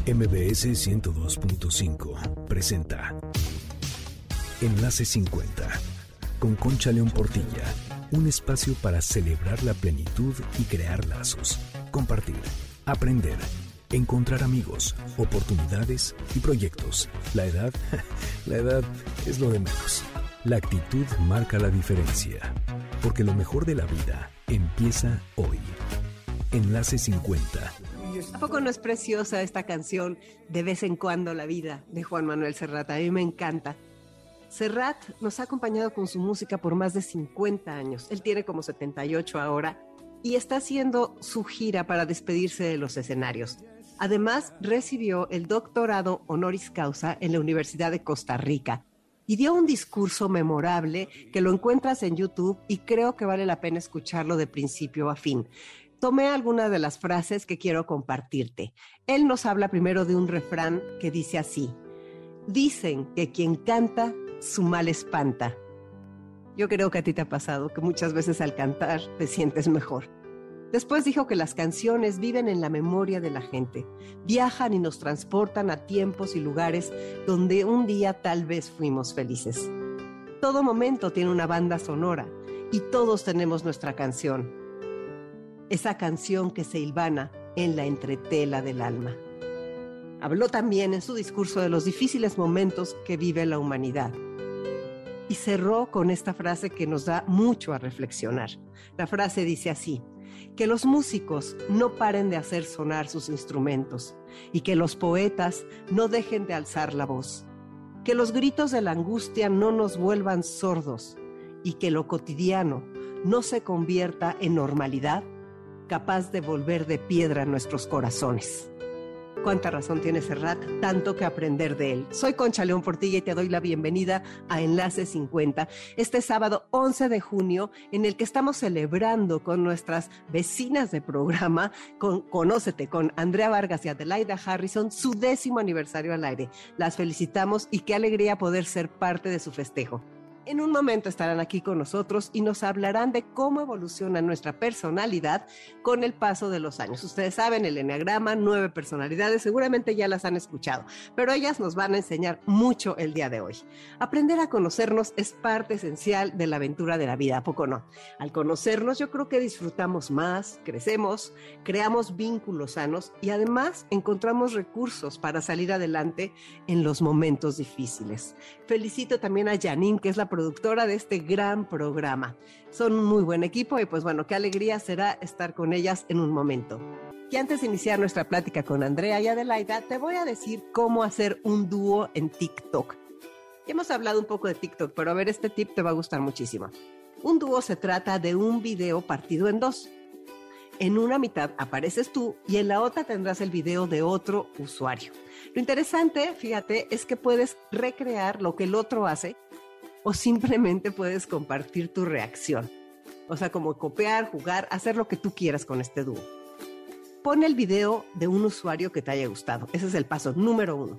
MBS 102.5 presenta Enlace 50 con Concha León Portilla, un espacio para celebrar la plenitud y crear lazos, compartir, aprender, encontrar amigos, oportunidades y proyectos. La edad es lo de menos. La actitud marca la diferencia, porque lo mejor de la vida empieza hoy. Enlace 50. ¿A poco no es preciosa esta canción De vez en cuando la vida de Juan Manuel Serrat? A mí me encanta. Serrat nos ha acompañado con su música por más de 50 años. Él tiene como 78 ahora y está haciendo su gira para despedirse de los escenarios. Además, recibió el doctorado honoris causa en la Universidad de Costa Rica y dio un discurso memorable que lo encuentras en YouTube y creo que vale la pena escucharlo de principio a fin. Tomé algunas de las frases que quiero compartirte. Él nos habla primero de un refrán que dice así: dicen que quien canta, su mal espanta. Yo creo que a ti te ha pasado que muchas veces al cantar te sientes mejor. Después dijo que las canciones viven en la memoria de la gente, viajan y nos transportan a tiempos y lugares donde un día tal vez fuimos felices. Todo momento tiene una banda sonora y todos tenemos nuestra canción. Esa canción que se hilvana en la entretela del alma. Habló también en su discurso de los difíciles momentos que vive la humanidad. Y cerró con esta frase que nos da mucho a reflexionar. La frase dice así: que los músicos no paren de hacer sonar sus instrumentos y que los poetas no dejen de alzar la voz. Que los gritos de la angustia no nos vuelvan sordos y que lo cotidiano no se convierta en normalidad capaz de volver de piedra nuestros corazones. Cuánta razón tiene Serrat, tanto que aprender de él. Soy Concha León Portilla y te doy la bienvenida a Enlace 50, este sábado 11 de junio, en el que estamos celebrando con nuestras vecinas de programa, con Conócete, con Andrea Vargas y Adelaida Harrison, su 10º aniversario al aire. Las felicitamos y qué alegría poder ser parte de su festejo. En un momento estarán aquí con nosotros y nos hablarán de cómo evoluciona nuestra personalidad con el paso de los años. Ustedes saben, el Enneagrama, 9 personalidades, seguramente ya las han escuchado, pero ellas nos van a enseñar mucho el día de hoy. Aprender a conocernos es parte esencial de la aventura de la vida, ¿a poco no? Al conocernos, yo creo que disfrutamos más, crecemos, creamos vínculos sanos y además encontramos recursos para salir adelante en los momentos difíciles. Felicito también a Janine, que es la productora de este gran programa. Son un muy buen equipo y pues bueno, qué alegría será estar con ellas en un momento. Y antes de iniciar nuestra plática con Andrea y Adelaida, te voy a decir cómo hacer un dúo en TikTok. Ya hemos hablado un poco de TikTok, pero a ver, este tip te va a gustar muchísimo. Un dúo se trata de un video partido en dos. En una mitad apareces tú y en la otra tendrás el video de otro usuario. Lo interesante, fíjate, es que puedes recrear lo que el otro hace o simplemente puedes compartir tu reacción. O sea, como copiar, jugar, hacer lo que tú quieras con este dúo. Pon el video de un usuario que te haya gustado. Ese es el paso número 1.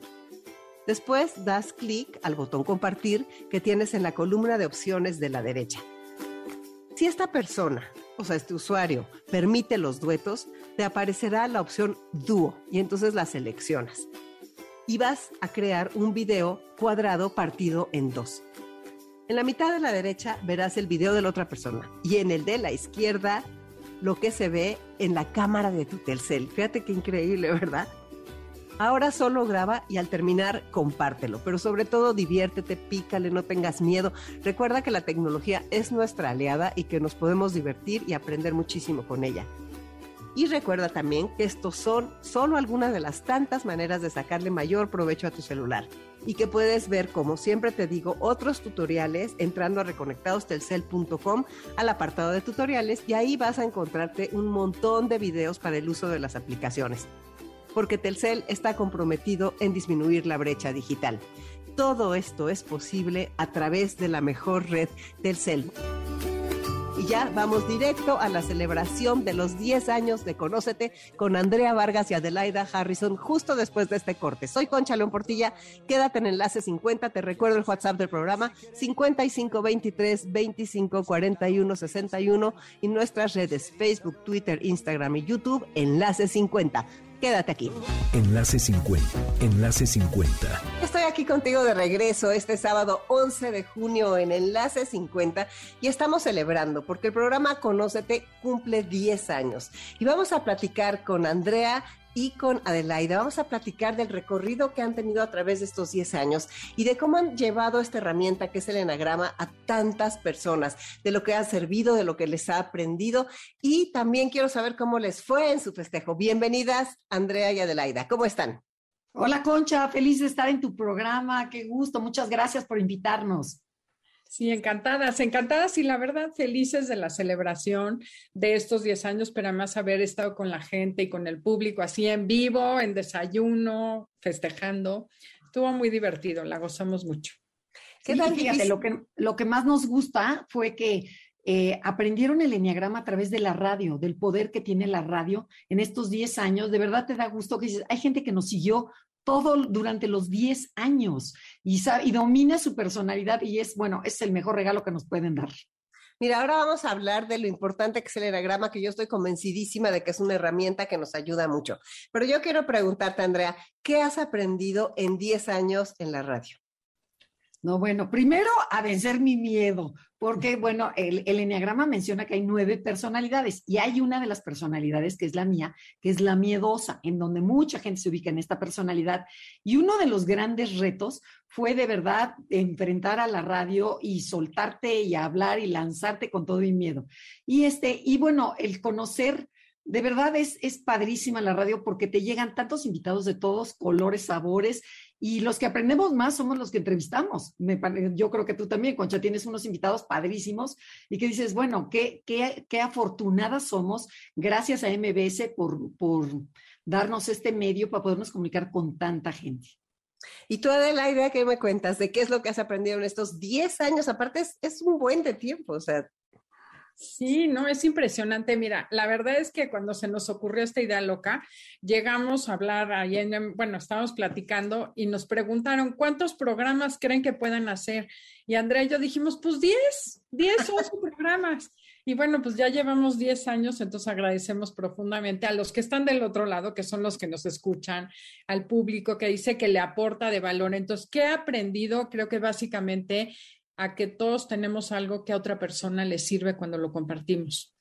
Después das clic al botón compartir que tienes en la columna de opciones de la derecha. Si esta persona, o sea, este usuario, permite los duetos, te aparecerá la opción dúo y entonces la seleccionas. Y vas a crear un video cuadrado partido en dos. En la mitad de la derecha verás el video de la otra persona y en el de la izquierda lo que se ve en la cámara de tu Telcel. Fíjate qué increíble, ¿verdad? Ahora solo graba y al terminar compártelo, pero sobre todo diviértete, pícale, no tengas miedo. Recuerda que la tecnología es nuestra aliada y que nos podemos divertir y aprender muchísimo con ella. Y recuerda también que estos son solo algunas de las tantas maneras de sacarle mayor provecho a tu celular y que puedes ver, como siempre te digo, otros tutoriales entrando a reconectadostelcel.com al apartado de tutoriales y ahí vas a encontrarte un montón de videos para el uso de las aplicaciones. Porque Telcel está comprometido en disminuir la brecha digital. Todo esto es posible a través de la mejor red Telcel. Y ya vamos directo a la celebración de los 10 años de Conócete con Andrea Vargas y Adelaida Harrison justo después de este corte. Soy Concha León Portilla, quédate en Enlace 50, te recuerdo el WhatsApp del programa 5523-2541-61 y nuestras redes Facebook, Twitter, Instagram y YouTube, Enlace 50. Quédate aquí. Enlace 50. Enlace 50. Estoy aquí contigo de regreso este sábado 11 de junio en Enlace 50 y estamos celebrando porque el programa Conócete cumple 10 años. Y vamos a platicar con Andrea y con Adelaida. Vamos a platicar del recorrido que han tenido a través de estos 10 años y de cómo han llevado esta herramienta que es el enagrama a tantas personas, de lo que ha servido, de lo que les ha aprendido, y también quiero saber cómo les fue en su festejo. Bienvenidas, Andrea y Adelaida. ¿Cómo están? Hola, Concha, feliz de estar en tu programa. Qué gusto, muchas gracias por invitarnos. Sí, encantadas, encantadas y la verdad felices de la celebración de estos 10 años, pero además haber estado con la gente y con el público así en vivo, en desayuno, festejando. Estuvo muy divertido, la gozamos mucho. ¿Qué tal? Fíjate, lo que más nos gusta fue que aprendieron el eneagrama a través de la radio, del poder que tiene la radio en estos 10 años. De verdad te da gusto que dices, hay gente que nos siguió todo durante los 10 años y domina su personalidad y es el mejor regalo que nos pueden dar. Mira, ahora vamos a hablar de lo importante que es el enagrama, que yo estoy convencidísima de que es una herramienta que nos ayuda mucho. Pero yo quiero preguntarte, Andrea, ¿qué has aprendido en 10 años en la radio? No, bueno, primero a vencer mi miedo, porque el eneagrama menciona que hay 9 personalidades y hay una de las personalidades que es la mía, que es la miedosa, en donde mucha gente se ubica en esta personalidad. Y uno de los grandes retos fue de verdad enfrentar a la radio y soltarte y hablar y lanzarte con todo y miedo. Y el conocer. De verdad es padrísima la radio porque te llegan tantos invitados de todos colores, sabores, y los que aprendemos más somos los que entrevistamos. Yo creo que tú también, Concha, tienes unos invitados padrísimos y que dices, qué afortunadas somos gracias a MBS por darnos este medio para podernos comunicar con tanta gente. Y tú, Adelaida, ¿qué me cuentas? ¿De qué es lo que has aprendido en estos 10 años? Aparte, es un buen de tiempo, o sea. Sí, no, es impresionante. Mira, la verdad es que cuando se nos ocurrió esta idea loca, llegamos a hablar ahí estábamos platicando y nos preguntaron cuántos programas creen que puedan hacer. Y Andrea y yo dijimos, pues 10 o 8 programas. Y bueno, pues ya llevamos 10 años, entonces agradecemos profundamente a los que están del otro lado, que son los que nos escuchan, al público que dice que le aporta de valor. Entonces, ¿qué he aprendido? Creo que básicamente a que todos tenemos algo que a otra persona le sirve cuando lo compartimos.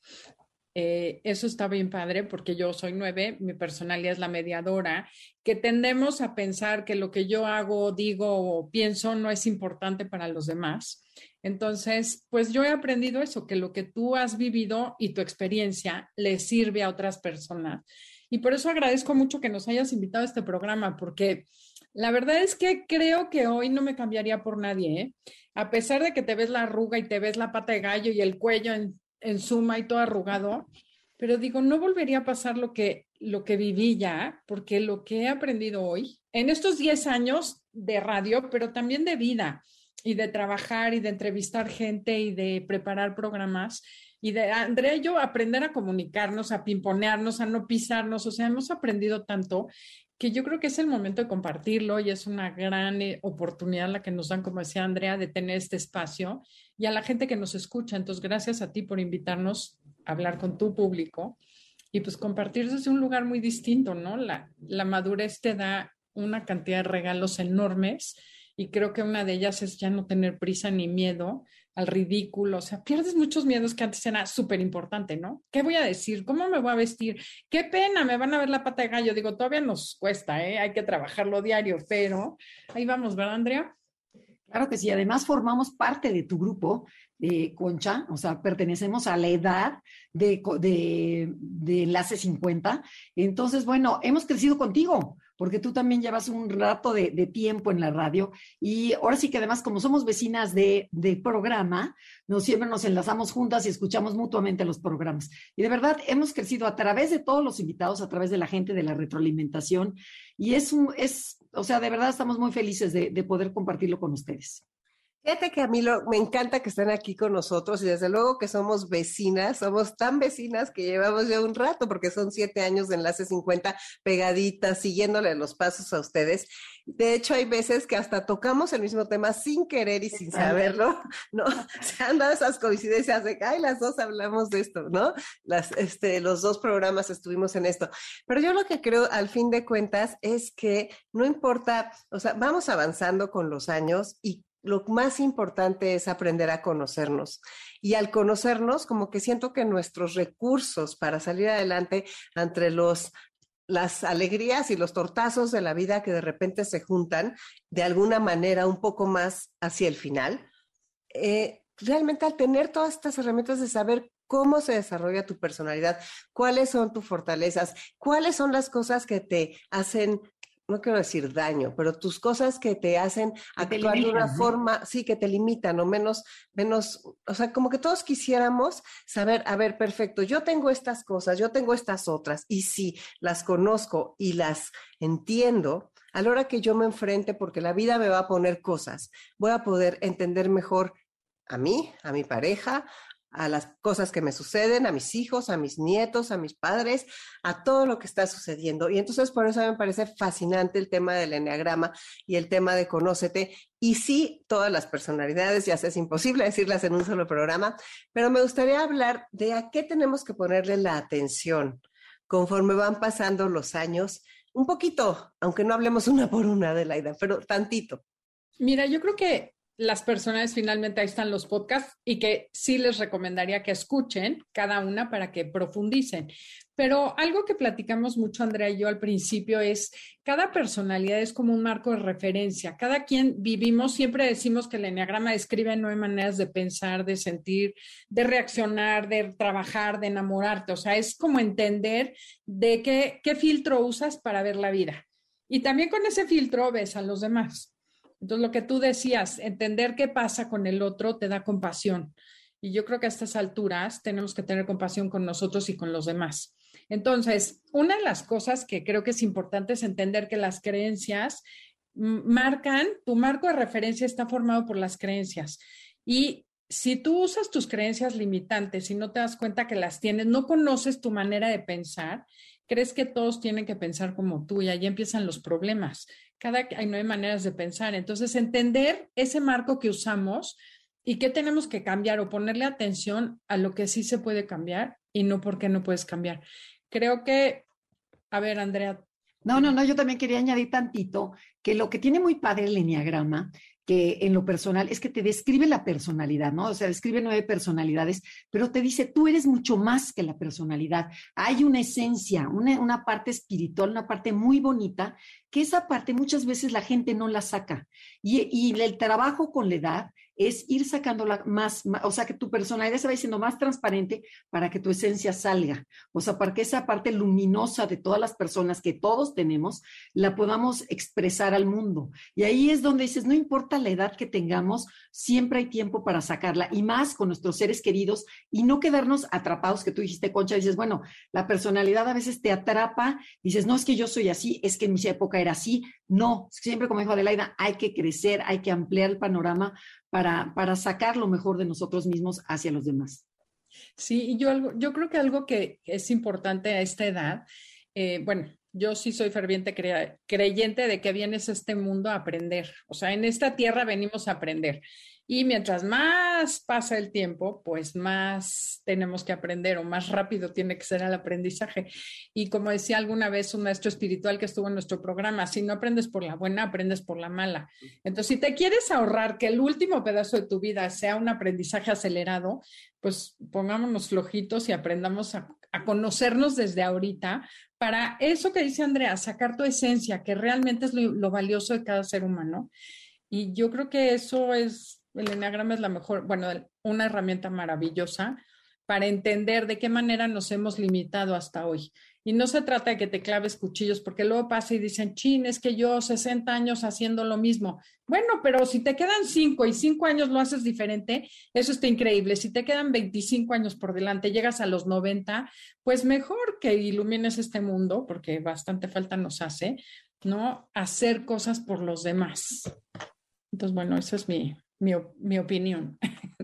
Eso está bien padre porque yo soy 9, mi personalidad es la mediadora, que tendemos a pensar que lo que yo hago, digo o pienso no es importante para los demás. Entonces, pues yo he aprendido eso, que lo que tú has vivido y tu experiencia le sirve a otras personas. Y por eso agradezco mucho que nos hayas invitado a este programa, porque la verdad es que creo que hoy no me cambiaría por nadie, ¿eh? A pesar de que te ves la arruga y te ves la pata de gallo y el cuello en suma y todo arrugado, pero digo, no volvería a pasar lo que viví ya, porque lo que he aprendido hoy, en estos 10 años de radio, pero también de vida y de trabajar y de entrevistar gente y de preparar programas, y de Andrea y yo aprender a comunicarnos, a pimponearnos, a no pisarnos, o sea, hemos aprendido tanto que yo creo que es el momento de compartirlo y es una gran oportunidad la que nos dan, como decía Andrea, de tener este espacio y a la gente que nos escucha. Entonces, gracias a ti por invitarnos a hablar con tu público y pues compartir desde un lugar muy distinto, ¿no? La madurez te da una cantidad de regalos enormes y creo que una de ellas es ya no tener prisa ni miedo al ridículo, o sea, pierdes muchos miedos que antes era súper importante, ¿no? ¿Qué voy a decir? ¿Cómo me voy a vestir? ¡Qué pena! Me van a ver la pata de gallo. Digo, todavía nos cuesta, ¿eh? Hay que trabajarlo diario, pero ahí vamos, ¿verdad, Andrea? Claro que sí, además formamos parte de tu grupo, Concha, o sea, pertenecemos a la edad de Enlace 50, entonces, hemos crecido contigo, porque tú también llevas un rato de tiempo en la radio, y ahora sí que además, como somos vecinas de programa, siempre nos enlazamos juntas y escuchamos mutuamente los programas, y de verdad hemos crecido a través de todos los invitados, a través de la gente, de la retroalimentación, y de verdad estamos muy felices de poder compartirlo con ustedes. Fíjate que a mí me encanta que estén aquí con nosotros y desde luego que somos vecinas, somos tan vecinas que llevamos ya un rato porque son 7 años de Enlace 50 pegaditas, siguiéndole los pasos a ustedes. De hecho, hay veces que hasta tocamos el mismo tema sin querer y sin saberlo, ¿no? Se han dado esas coincidencias de que, ay, las dos hablamos de esto, ¿no? Los dos programas estuvimos en esto. Pero yo lo que creo, al fin de cuentas, es que no importa, o sea, vamos avanzando con los años y lo más importante es aprender a conocernos. Y al conocernos, como que siento que nuestros recursos para salir adelante entre las alegrías y los tortazos de la vida que de repente se juntan de alguna manera un poco más hacia el final, realmente al tener todas estas herramientas de saber cómo se desarrolla tu personalidad, cuáles son tus fortalezas, cuáles son las cosas que te hacen, no quiero decir daño, pero tus cosas que te hacen actuar de una forma, sí, que te limitan o menos, o sea, como que todos quisiéramos saber, a ver, perfecto, yo tengo estas cosas, yo tengo estas otras, y si las conozco y las entiendo, a la hora que yo me enfrente, porque la vida me va a poner cosas, voy a poder entender mejor a mí, a mi pareja, a las cosas que me suceden, a mis hijos, a mis nietos, a mis padres, a todo lo que está sucediendo. Y entonces por eso me parece fascinante el tema del eneagrama y el tema de Conócete. Y sí, todas las personalidades, ya sé, es imposible decirlas en un solo programa, pero me gustaría hablar de a qué tenemos que ponerle la atención conforme van pasando los años, un poquito, aunque no hablemos una por una, Adelaida, pero tantito. Mira, yo creo que las personas, finalmente ahí están los podcasts y que sí les recomendaría que escuchen cada una para que profundicen. Pero algo que platicamos mucho, Andrea y yo al principio es, cada personalidad es como un marco de referencia. Cada quien vivimos, siempre decimos que el eneagrama describe 9 maneras de pensar, de sentir, de reaccionar, de trabajar, de enamorarte. O sea, es como entender de qué filtro usas para ver la vida. Y también con ese filtro ves a los demás. Entonces, lo que tú decías, entender qué pasa con el otro te da compasión. Y yo creo que a estas alturas tenemos que tener compasión con nosotros y con los demás. Entonces, una de las cosas que creo que es importante es entender que las creencias marcan, tu marco de referencia está formado por las creencias. Y si tú usas tus creencias limitantes y no te das cuenta que las tienes, no conoces tu manera de pensar, crees que todos tienen que pensar como tú y ahí empiezan los problemas. Hay 9 maneras de pensar. Entonces, entender ese marco que usamos y qué tenemos que cambiar o ponerle atención a lo que sí se puede cambiar y no por qué no puedes cambiar. Creo que, a ver, Andrea. No, yo también quería añadir tantito que lo que tiene muy padre el eneagrama, que en lo personal es que te describe la personalidad, ¿no? O sea, describe 9 personalidades, pero te dice, tú eres mucho más que la personalidad. Hay una esencia, una parte espiritual, una parte muy bonita, que esa parte muchas veces la gente no la saca. Y el trabajo con la edad es ir sacándola más, o sea, que tu personalidad se va diciendo más transparente para que tu esencia salga. O sea, para que esa parte luminosa de todas las personas que todos tenemos, la podamos expresar al mundo. Y ahí es donde dices, no importa la edad que tengamos, siempre hay tiempo para sacarla, y más con nuestros seres queridos, y no quedarnos atrapados, que tú dijiste, Concha, dices, bueno, la personalidad a veces te atrapa, dices, no, es que yo soy así, es que en mi época era así. No, siempre como dijo Adelaida, hay que crecer, hay que ampliar el panorama para sacar lo mejor de nosotros mismos hacia los demás. Sí, y yo creo que algo que es importante a esta edad, bueno, yo sí soy ferviente creyente de que vienes a este mundo a aprender. O sea, en esta tierra venimos a aprender. Y mientras más pasa el tiempo, pues más tenemos que aprender o más rápido tiene que ser el aprendizaje. Y como decía alguna vez un maestro espiritual que estuvo en nuestro programa, si no aprendes por la buena, aprendes por la mala. Entonces, si te quieres ahorrar que el último pedazo de tu vida sea un aprendizaje acelerado, pues pongámonos flojitos y aprendamos a conocernos desde ahorita para eso que dice Andrea, sacar tu esencia, que realmente es lo valioso de cada ser humano. Y yo creo que eso es, el eneagrama es la mejor, bueno, una herramienta maravillosa para entender de qué manera nos hemos limitado hasta hoy. Y no se trata de que te claves cuchillos, porque luego pasa y dicen, chin, es que yo 60 años haciendo lo mismo. Bueno, pero si te quedan 5 y 5 años lo haces diferente, eso está increíble. Si te quedan 25 años por delante, llegas a los 90, pues mejor que ilumines este mundo, porque bastante falta nos hace, ¿no? Hacer cosas por los demás. Entonces, bueno, esa es mi mi opinión.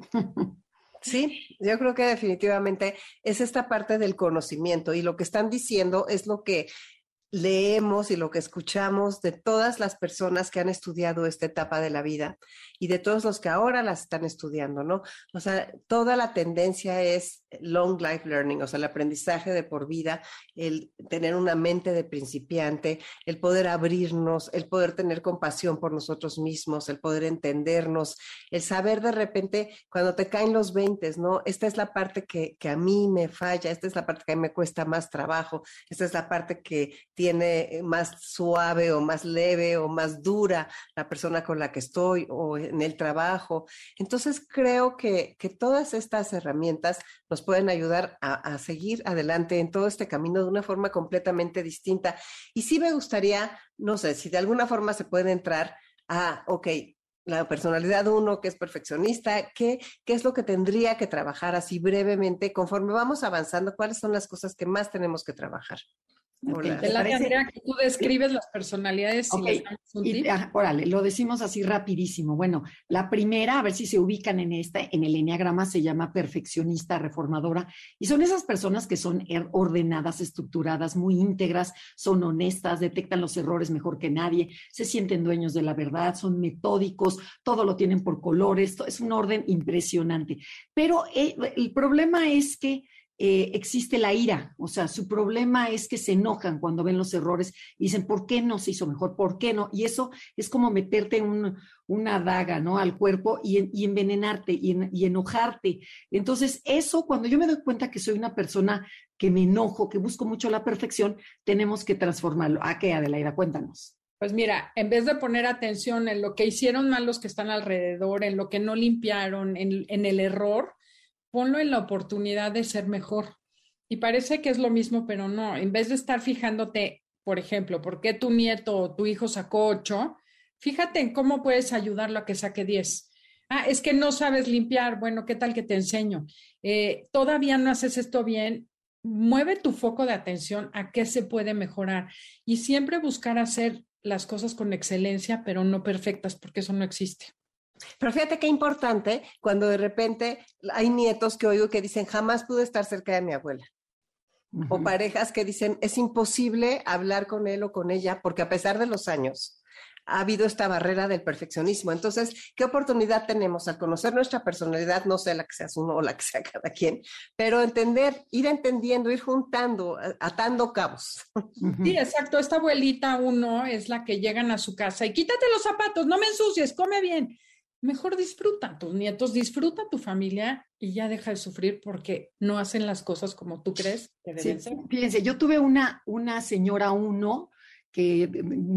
Sí, yo creo que definitivamente es esta parte del conocimiento y lo que están diciendo es lo que leemos y lo que escuchamos de todas las personas que han estudiado esta etapa de la vida y de todos los que ahora las están estudiando, ¿no? O sea, toda la tendencia es long life learning, o sea, el aprendizaje de por vida, el tener una mente de principiante, el poder abrirnos, el poder tener compasión por nosotros mismos, el poder entendernos, el saber de repente cuando te caen los 20, ¿no? Esta es la parte que a mí me falla, esta es la parte que a mí me cuesta más trabajo, esta es la parte que tiene más suave o más leve o más dura la persona con la que estoy o en el trabajo. Entonces creo que todas estas herramientas nos pueden ayudar a seguir adelante en todo este camino de una forma completamente distinta. Y sí me gustaría, no sé, si de alguna forma se puede entrar a, ok, la personalidad 1, que es perfeccionista, ¿qué es lo que tendría que trabajar así brevemente conforme vamos avanzando? ¿Cuáles son las cosas que más tenemos que trabajar? Okay. ¿Te late, Andrea, que tú describes las personalidades? Okay. Y les damos un tip? Órale, lo decimos así rapidísimo. Bueno, la primera, a ver si se ubican en en el eneagrama, se llama perfeccionista reformadora, y son esas personas que son ordenadas, estructuradas, muy íntegras, son honestas, detectan los errores mejor que nadie, se sienten dueños de la verdad, son metódicos, todo lo tienen por colores, es un orden impresionante. Pero el problema es que existe la ira, o sea, su problema es que se enojan cuando ven los errores y dicen, ¿por qué no se hizo mejor? ¿Por qué no? Y eso es como meterte una daga, ¿no? Al cuerpo y envenenarte y enojarte. Entonces, eso, cuando yo me doy cuenta que soy una persona que me enojo, que busco mucho la perfección, tenemos que transformarlo. ¿A qué, Adelaida? Cuéntanos. Pues mira, en vez de poner atención en lo que hicieron mal los que están alrededor, en lo que no limpiaron, en el error, ponlo en la oportunidad de ser mejor. Y parece que es lo mismo, pero no. En vez de estar fijándote, por ejemplo, por qué tu nieto o tu hijo sacó 8, fíjate en cómo puedes ayudarlo a que saque 10. Ah, es que no sabes limpiar. Bueno, ¿qué tal que te enseño? Todavía no haces esto bien. Mueve tu foco de atención a qué se puede mejorar y siempre buscar hacer las cosas con excelencia, pero no perfectas, porque eso no existe. Pero fíjate qué importante cuando de repente hay nietos que oigo que dicen, jamás pude estar cerca de mi abuela. Uh-huh. O parejas que dicen, es imposible hablar con él o con ella porque a pesar de los años ha habido esta barrera del perfeccionismo. Entonces, ¿qué oportunidad tenemos al conocer nuestra personalidad? No sé la que seas uno o la que sea cada quien, pero entender, ir entendiendo, ir juntando, atando cabos. Sí, exacto. Esta abuelita 1 es la que llegan a su casa y quítate los zapatos, no me ensucies, come bien. Mejor disfruta tus nietos, disfruta tu familia y ya deja de sufrir porque no hacen las cosas como tú crees que deben ser. Fíjense, yo tuve una señora 1 que,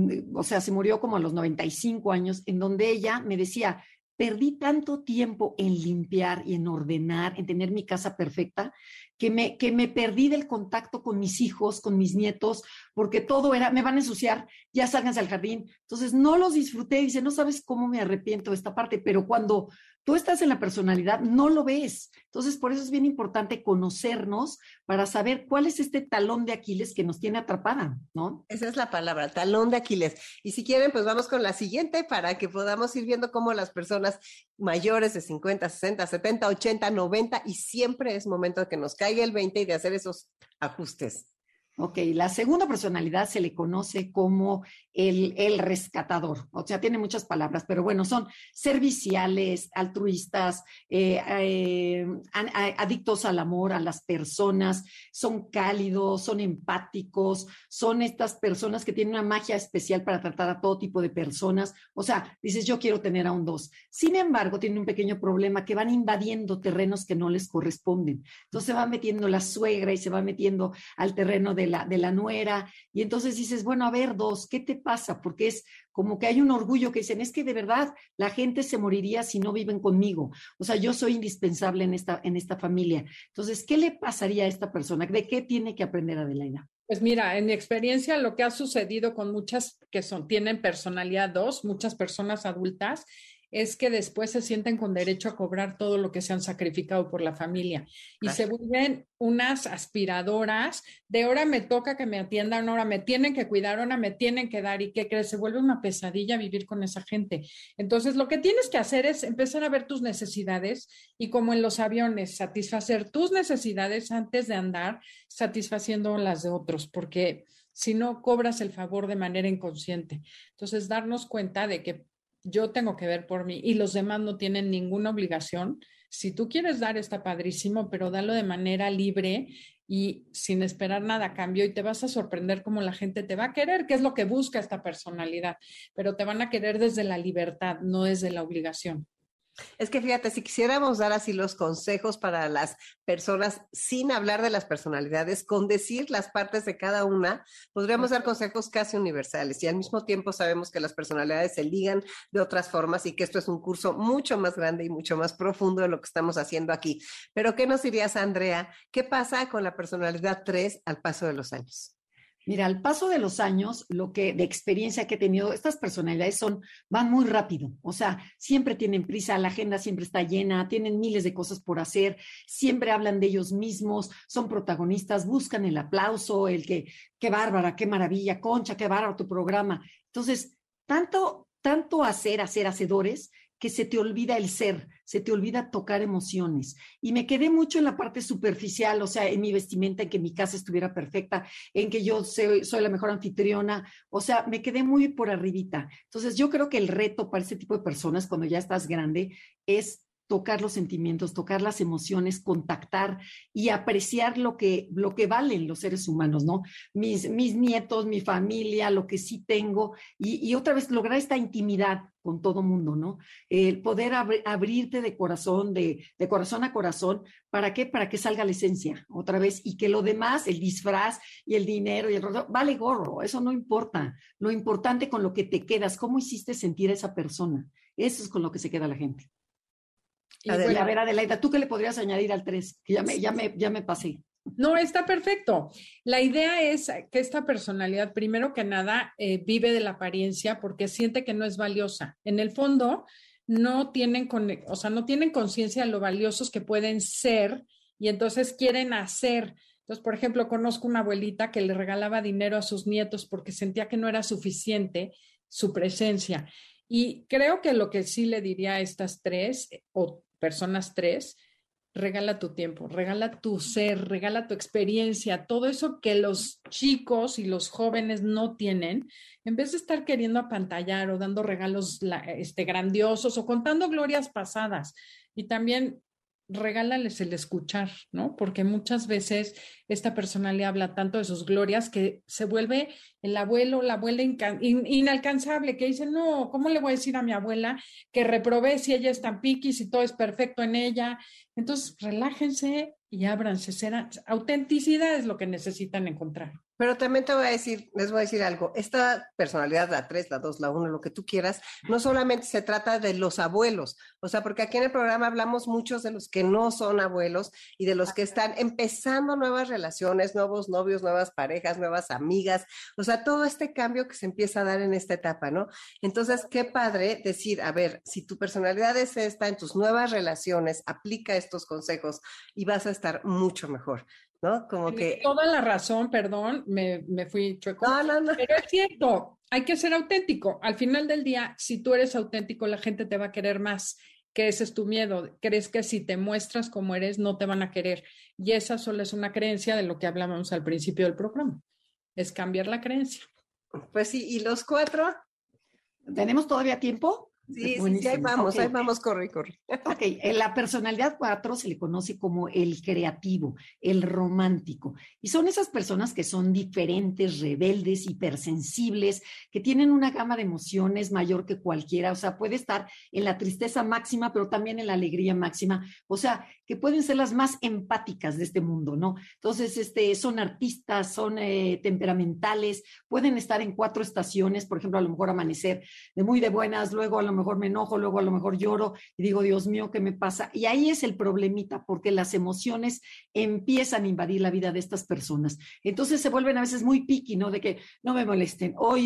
o sea, se murió como a los 95 años, en donde ella me decía, perdí tanto tiempo en limpiar y en ordenar, en tener mi casa perfecta, que me perdí del contacto con mis hijos, con mis nietos, porque todo era, me van a ensuciar, ya sálganse al jardín. Entonces no los disfruté, dice, no sabes cómo me arrepiento de esta parte, pero cuando tú estás en la personalidad, no lo ves. Entonces, por eso es bien importante conocernos para saber cuál es este talón de Aquiles que nos tiene atrapada, ¿no? Esa es la palabra, talón de Aquiles. Y si quieren, pues vamos con la siguiente para que podamos ir viendo cómo las personas mayores de 50, 60, 70, 80, 90, y siempre es momento de que nos caiga el 20 y de hacer esos ajustes. Ok, la segunda personalidad se le conoce como el rescatador, o sea, tiene muchas palabras, pero bueno, son serviciales, altruistas, adictos al amor, a las personas, son cálidos, son empáticos, son estas personas que tienen una magia especial para tratar a todo tipo de personas, o sea, dices, yo quiero tener a un 2. Sin embargo, tienen un pequeño problema que van invadiendo terrenos que no les corresponden. Entonces se va metiendo la suegra y se va metiendo al terreno de la nuera, y entonces dices, bueno, a ver, 2, ¿qué te pasa? Porque es como que hay un orgullo que dicen, es que de verdad la gente se moriría si no viven conmigo, o sea, yo soy indispensable en esta familia. Entonces, ¿qué le pasaría a esta persona? ¿De qué tiene que aprender, Adelaida? Pues mira, en mi experiencia lo que ha sucedido con muchas que tienen personalidad 2, muchas personas adultas, es que después se sienten con derecho a cobrar todo lo que se han sacrificado por la familia y se vuelven unas aspiradoras de ahora me toca que me atiendan, ahora me tienen que cuidar, ahora me tienen que dar. ¿Y qué crees? Se vuelve una pesadilla vivir con esa gente. Entonces, lo que tienes que hacer es empezar a ver tus necesidades y, como en los aviones, satisfacer tus necesidades antes de andar satisfaciendo las de otros, porque si no, cobras el favor de manera inconsciente. Entonces, darnos cuenta de que yo tengo que ver por mí y los demás no tienen ninguna obligación. Si tú quieres dar, está padrísimo, pero dalo de manera libre y sin esperar nada a cambio, y te vas a sorprender cómo la gente te va a querer, que es lo que busca esta personalidad, pero te van a querer desde la libertad, no desde la obligación. Es que fíjate, si quisiéramos dar así los consejos para las personas sin hablar de las personalidades, con decir las partes de cada una, podríamos dar consejos casi universales, y al mismo tiempo sabemos que las personalidades se ligan de otras formas y que esto es un curso mucho más grande y mucho más profundo de lo que estamos haciendo aquí. Pero ¿qué nos dirías, Andrea? ¿Qué pasa con la personalidad 3 al paso de los años? Mira, al paso de los años, de experiencia que he tenido, estas personalidades van muy rápido, o sea, siempre tienen prisa, la agenda siempre está llena, tienen miles de cosas por hacer, siempre hablan de ellos mismos, son protagonistas, buscan el aplauso, qué bárbara, qué maravilla, Concha, qué bárbaro tu programa. Entonces, tanto hacedores, que se te olvida el ser, se te olvida tocar emociones. Y me quedé mucho en la parte superficial, o sea, en mi vestimenta, en que mi casa estuviera perfecta, en que yo soy la mejor anfitriona, o sea, me quedé muy por arribita. Entonces, yo creo que el reto para ese tipo de personas, cuando ya estás grande, es tocar los sentimientos, tocar las emociones, contactar y apreciar lo que valen los seres humanos, ¿no? Mis nietos, mi familia, lo que sí tengo, y otra vez lograr esta intimidad con todo mundo, ¿no? El poder abrirte de corazón, de corazón a corazón, ¿para qué? Para que salga la esencia otra vez, y que lo demás, el disfraz y el dinero y el rodo, vale gorro, eso no importa. Lo importante con lo que te quedas, cómo hiciste sentir a esa persona, eso es con lo que se queda la gente. Y a ver, Adelaida, ¿tú qué le podrías añadir al 3? Que ya me pasé. No, está perfecto. La idea es que esta personalidad, primero que nada, vive de la apariencia porque siente que no es valiosa. En el fondo, no tienen conciencia de lo valiosos que pueden ser y entonces quieren hacer. Entonces, por ejemplo, conozco una abuelita que le regalaba dinero a sus nietos porque sentía que no era suficiente su presencia. Y creo que lo que sí le diría a estas 3 o personas 3, regala tu tiempo, regala tu ser, regala tu experiencia, todo eso que los chicos y los jóvenes no tienen, en vez de estar queriendo apantallar o dando regalos grandiosos o contando glorias pasadas. Y también regálales el escuchar, ¿no? Porque muchas veces esta persona le habla tanto de sus glorias que se vuelve el abuelo, la abuela inalcanzable, que dice, no, ¿cómo le voy a decir a mi abuela que reprobé si ella es tan piqui, si todo es perfecto en ella? Entonces, relájense y ábranse. Autenticidad es lo que necesitan encontrar. Pero también les voy a decir algo. Esta personalidad, la 3, la 2, la 1, lo que tú quieras, no solamente se trata de los abuelos, o sea, porque aquí en el programa hablamos muchos de los que no son abuelos y de los que están empezando nuevas relaciones, nuevos novios, nuevas parejas, nuevas amigas, o sea, todo este cambio que se empieza a dar en esta etapa, ¿no? Entonces, qué padre decir, a ver, si tu personalidad es esta, en tus nuevas relaciones, aplica estos consejos y vas a estar mucho mejor, ¿no? Como que... Toda la razón, perdón, me fui chueco. No. Pero es cierto, hay que ser auténtico. Al final del día, si tú eres auténtico, la gente te va a querer más, que ese es tu miedo. Crees que si te muestras como eres, no te van a querer. Y esa solo es una creencia de lo que hablábamos al principio del programa. Es cambiar la creencia. Pues sí, ¿y los 4? ¿Tenemos todavía tiempo? Sí, ahí vamos, corre. Ok, en la personalidad 4 se le conoce como el creativo, el romántico. Y son esas personas que son diferentes, rebeldes, hipersensibles, que tienen una gama de emociones mayor que cualquiera. O sea, puede estar en la tristeza máxima, pero también en la alegría máxima. O sea, que pueden ser las más empáticas de este mundo, ¿no? Entonces, son artistas, son temperamentales, pueden estar en 4 estaciones, por ejemplo, a lo mejor amanecer de muy de buenas, luego a lo lo mejor me enojo, luego a lo mejor lloro y digo, Dios mío, ¿qué me pasa? Y ahí es el problemita, porque las emociones empiezan a invadir la vida de estas personas. Entonces se vuelven a veces muy picky, ¿no? De que no me molesten, hoy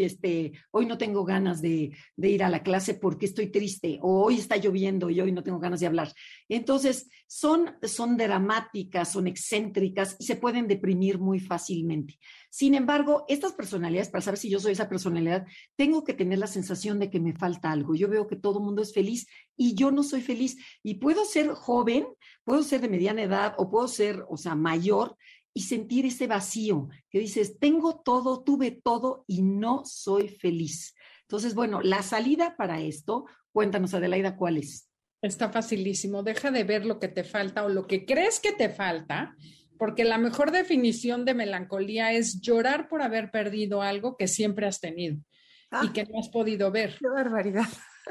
no tengo ganas de ir a la clase porque estoy triste, o hoy está lloviendo y hoy no tengo ganas de hablar. Entonces son dramáticas, son excéntricas y se pueden deprimir muy fácilmente. Sin embargo, estas personalidades, para saber si yo soy esa personalidad, tengo que tener la sensación de que me falta algo. Yo veo que todo el mundo es feliz y yo no soy feliz. Y puedo ser joven, puedo ser de mediana edad o puedo ser, mayor y sentir ese vacío que dices, tengo todo, tuve todo y no soy feliz. Entonces, bueno, la salida para esto, cuéntanos, Adelaida, ¿cuál es? Está facilísimo. Deja de ver lo que te falta o lo que crees que te falta, porque la mejor definición de melancolía es llorar por haber perdido algo que siempre has tenido y que no has podido ver. ¡Qué barbaridad!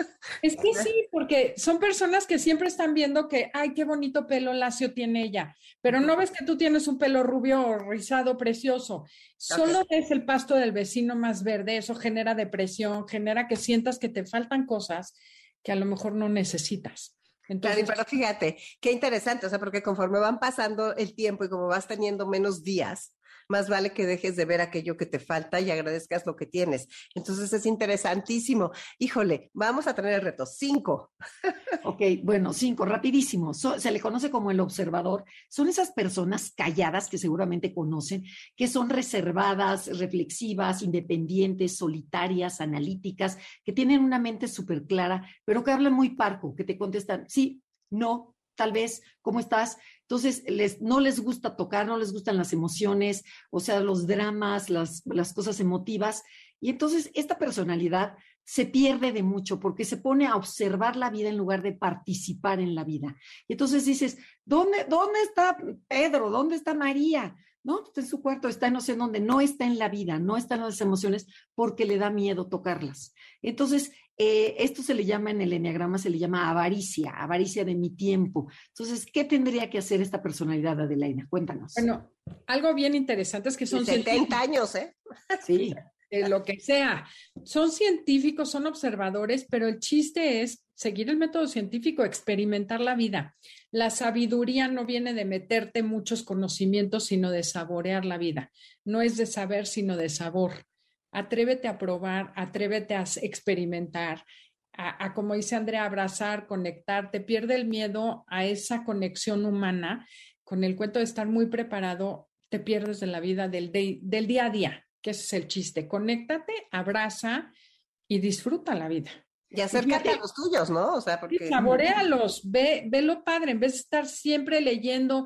Es que sí, porque son personas que siempre están viendo que, ay, qué bonito pelo lacio tiene ella, pero no ves que tú tienes un pelo rubio o rizado precioso. Solo ves el pasto del vecino más verde, eso genera depresión, genera que sientas que te faltan cosas que a lo mejor no necesitas. Entonces, claro, pero fíjate, qué interesante, o sea, porque conforme van pasando el tiempo y como vas teniendo menos días, más vale que dejes de ver aquello que te falta y agradezcas lo que tienes. Entonces es interesantísimo. Híjole, vamos a tener el reto 5. Ok, bueno, 5, rapidísimo. Se le conoce como el observador. Son esas personas calladas que seguramente conocen, que son reservadas, reflexivas, independientes, solitarias, analíticas, que tienen una mente súper clara, pero que hablan muy parco, que te contestan sí, no, tal vez, ¿cómo estás? Entonces, no les gusta tocar, no les gustan las emociones, o sea, los dramas, las cosas emotivas. Y entonces esta personalidad se pierde de mucho porque se pone a observar la vida en lugar de participar en la vida. Y entonces dices, ¿dónde está Pedro? ¿Dónde está María? No, está en su cuarto, está en no sé dónde, no está en la vida, no está en las emociones porque le da miedo tocarlas. Entonces, esto se le llama en el eneagrama, se le llama avaricia de mi tiempo. Entonces, ¿qué tendría que hacer esta personalidad, Adelaida? Cuéntanos. Bueno, algo bien interesante es que son 70 años, ¿eh? Sí. Lo que sea. Son científicos, son observadores, pero el chiste es seguir el método científico, experimentar la vida. La sabiduría no viene de meterte muchos conocimientos, sino de saborear la vida. No es de saber, sino de sabor. Atrévete a probar, atrévete a experimentar, como dice Andrea, abrazar, conectarte. Pierde el miedo a esa conexión humana. Con el cuento de estar muy preparado, te pierdes de la vida del día a día, que ese es el chiste. Conéctate, abraza y disfruta la vida. Y acércate a los tuyos, ¿no? O sea, porque... Saboréalos, ve lo padre, en vez de estar siempre leyendo,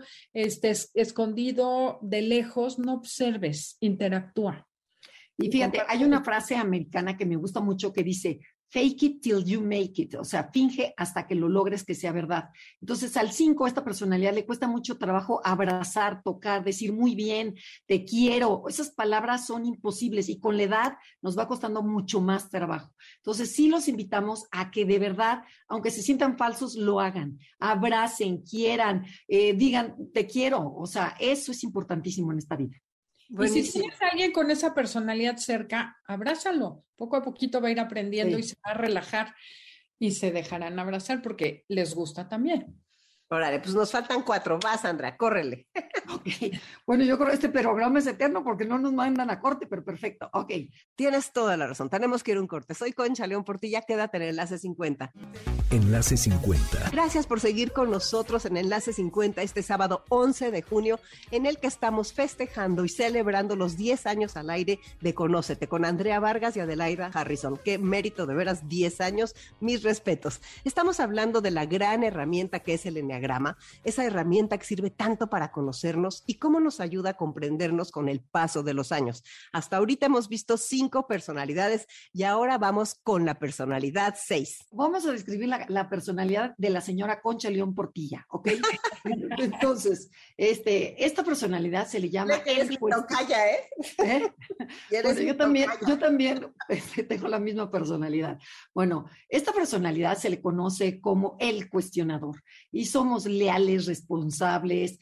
escondido de lejos, no observes, interactúa. Y fíjate, hay una frase americana que me gusta mucho que dice, fake it till you make it, o sea, finge hasta que lo logres que sea verdad. Entonces, al 5, a esta personalidad le cuesta mucho trabajo abrazar, tocar, decir muy bien, te quiero. Esas palabras son imposibles y con la edad nos va costando mucho más trabajo. Entonces, sí los invitamos a que de verdad, aunque se sientan falsos, lo hagan. Abracen, quieran, digan, te quiero. O sea, eso es importantísimo en esta vida. Buenísimo. Y si tienes a alguien con esa personalidad cerca, abrázalo. Poco a poquito va a ir aprendiendo y se va a relajar y se dejarán abrazar porque les gusta también. Órale, pues nos faltan 4. Vas, Sandra, córrele. Okay. Bueno, yo creo que este programa es eterno porque no nos mandan a corte, pero perfecto. Ok. Tienes toda la razón. Tenemos que ir a un corte. Soy Concha León Portilla. Quédate en Enlace 50. Enlace 50. Gracias por seguir con nosotros en Enlace 50 este sábado 11 de junio, en el que estamos festejando y celebrando los 10 años al aire de Conócete con Andrea Vargas y Adelaida Harrison. Qué mérito, de veras, 10 años. Mis respetos. Estamos hablando de la gran herramienta que es el eneagrama, esa herramienta que sirve tanto para conocernos y cómo nos ayuda a comprendernos con el paso de los años. Hasta ahorita hemos visto 5 personalidades y ahora vamos con la personalidad 6. Vamos a describir la personalidad de la señora Concha León Portilla, ¿ok? Entonces, esta personalidad se le llama el tocaya, ¿eh? Pues yo también tengo la misma personalidad. Bueno, esta personalidad se le conoce como el cuestionador y somos leales, responsables,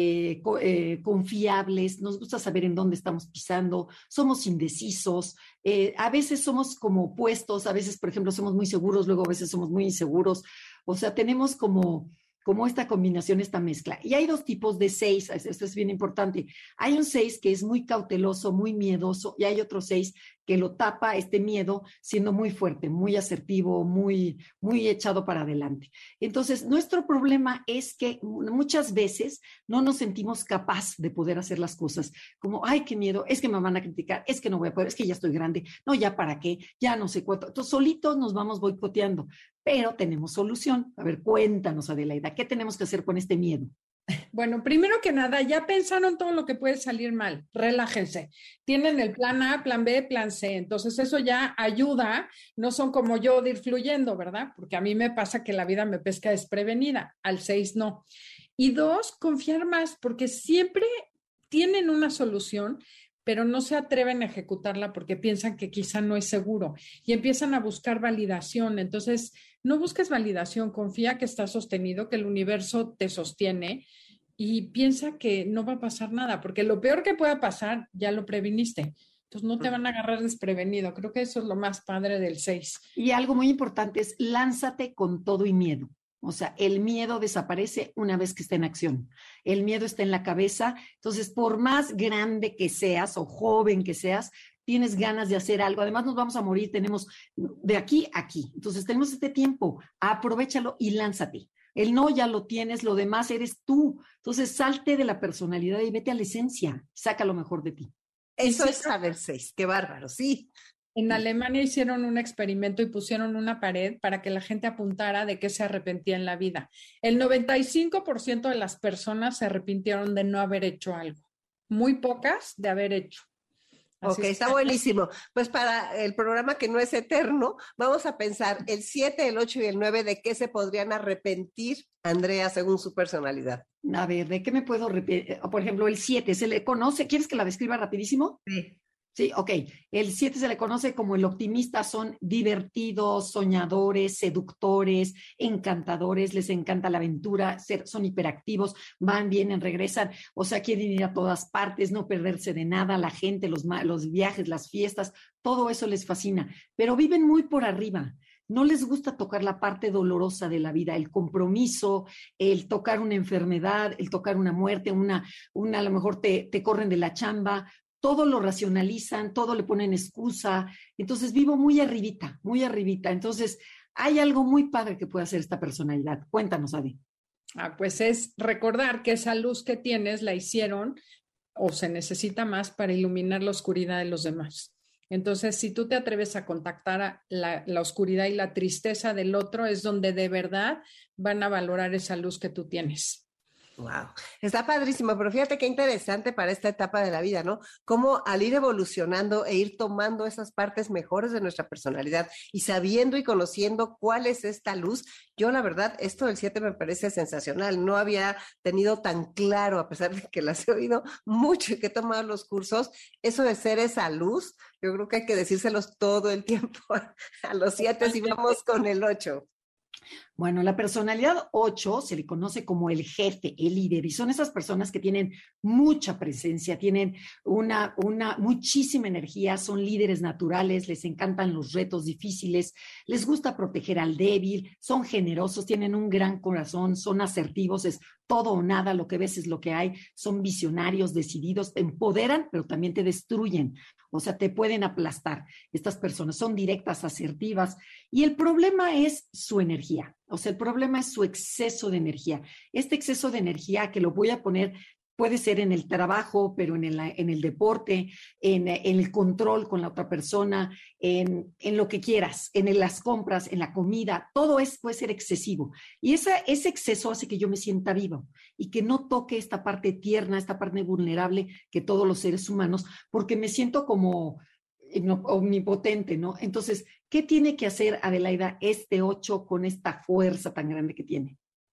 confiables, nos gusta saber en dónde estamos pisando, somos indecisos, a veces somos como opuestos, a veces, por ejemplo, somos muy seguros, luego a veces somos muy inseguros, o sea, tenemos como esta combinación, esta mezcla. Y hay dos tipos de 6, esto es bien importante. Hay un 6 que es muy cauteloso, muy miedoso, y hay otro 6 que lo tapa este miedo siendo muy fuerte, muy asertivo, muy echado para adelante. Entonces, nuestro problema es que muchas veces no nos sentimos capaz de poder hacer las cosas, como, ay, qué miedo, es que me van a criticar, es que no voy a poder, es que ya estoy grande, no, ya para qué, ya no sé cuánto. Entonces, solitos nos vamos boicoteando, pero tenemos solución. A ver, cuéntanos, Adelaida, ¿qué tenemos que hacer con este miedo? Bueno, primero que nada, ya pensaron todo lo que puede salir mal. Relájense. Tienen el plan A, plan B, plan C. Entonces eso ya ayuda. No son como yo de ir fluyendo, ¿verdad? Porque a mí me pasa que la vida me pesca desprevenida. Al 6 no. Y 2, confiar más, porque siempre tienen una solución, pero no se atreven a ejecutarla porque piensan que quizá no es seguro y empiezan a buscar validación. Entonces, no busques validación, confía que está sostenido, que el universo te sostiene y piensa que no va a pasar nada, porque lo peor que pueda pasar ya lo previniste. Entonces, no te van a agarrar desprevenido. Creo que eso es lo más padre del 6. Y algo muy importante es lánzate con todo y miedo. O sea, el miedo desaparece una vez que está en acción. El miedo está en la cabeza. Entonces, por más grande que seas o joven que seas, tienes ganas de hacer algo. Además, nos vamos a morir, tenemos de aquí a aquí. Entonces, tenemos este tiempo. Aprovéchalo y lánzate. El no ya lo tienes, lo demás eres tú. Entonces, salte de la personalidad y vete a la esencia. Saca lo mejor de ti. Eso es saber 6. Qué bárbaro, sí. En Alemania hicieron un experimento y pusieron una pared para que la gente apuntara de qué se arrepentía en la vida. El 95% de las personas se arrepintieron de no haber hecho algo. Muy pocas de haber hecho. Así ok, está buenísimo. Pues para el programa que no es eterno, vamos a pensar el 7, el 8 y el 9, ¿de qué se podrían arrepentir, Andrea, según su personalidad? A ver, ¿de qué me puedo arrepentir? Por ejemplo, el 7, ¿se le conoce? ¿Quieres que la describa rapidísimo? Sí. Sí, ok. El 7 se le conoce como el optimista, son divertidos, soñadores, seductores, encantadores, les encanta la aventura, son hiperactivos, van, vienen, regresan, o sea, quieren ir a todas partes, no perderse de nada, la gente, los viajes, las fiestas, todo eso les fascina, pero viven muy por arriba. No les gusta tocar la parte dolorosa de la vida, el compromiso, el tocar una enfermedad, el tocar una muerte, a lo mejor te corren de la chamba, todo lo racionalizan, todo le ponen excusa, entonces vivo muy arribita, entonces hay algo muy padre que puede hacer esta personalidad. Cuéntanos, Adi. Pues es recordar que esa luz que tienes la hicieron o se necesita más para iluminar la oscuridad de los demás. Entonces, si tú te atreves a contactar a la oscuridad y la tristeza del otro, es donde de verdad van a valorar esa luz que tú tienes. Wow, está padrísimo, pero fíjate qué interesante para esta etapa de la vida, ¿no? Cómo al ir evolucionando e ir tomando esas partes mejores de nuestra personalidad y sabiendo y conociendo cuál es esta luz, yo la verdad, esto del 7 me parece sensacional, no había tenido tan claro, a pesar de que las he oído mucho y que he tomado los cursos, eso de ser esa luz, yo creo que hay que decírselos todo el tiempo a los 7 si vamos con el 8. Bueno, la personalidad 8 se le conoce como el jefe, el líder, y son esas personas que tienen mucha presencia, tienen una muchísima energía, son líderes naturales, les encantan los retos difíciles, les gusta proteger al débil, son generosos, tienen un gran corazón, son asertivos, es todo o nada, lo que ves es lo que hay, son visionarios, decididos, te empoderan, pero también te destruyen. O sea, te pueden aplastar. Estas personas son directas, asertivas. Y el problema es su energía. O sea, el problema es su exceso de energía. Este exceso de energía que lo voy a poner, puede ser en el trabajo, pero en el deporte, en el control con la otra persona, en lo que quieras, en las compras, en la comida, todo puede ser excesivo. Y ese exceso hace que yo me sienta vivo y que no toque esta parte tierna, esta parte vulnerable que todos los seres humanos, porque me siento como omnipotente, ¿no? Entonces, ¿qué tiene que hacer Adelaida este 8 con esta fuerza tan grande que tiene?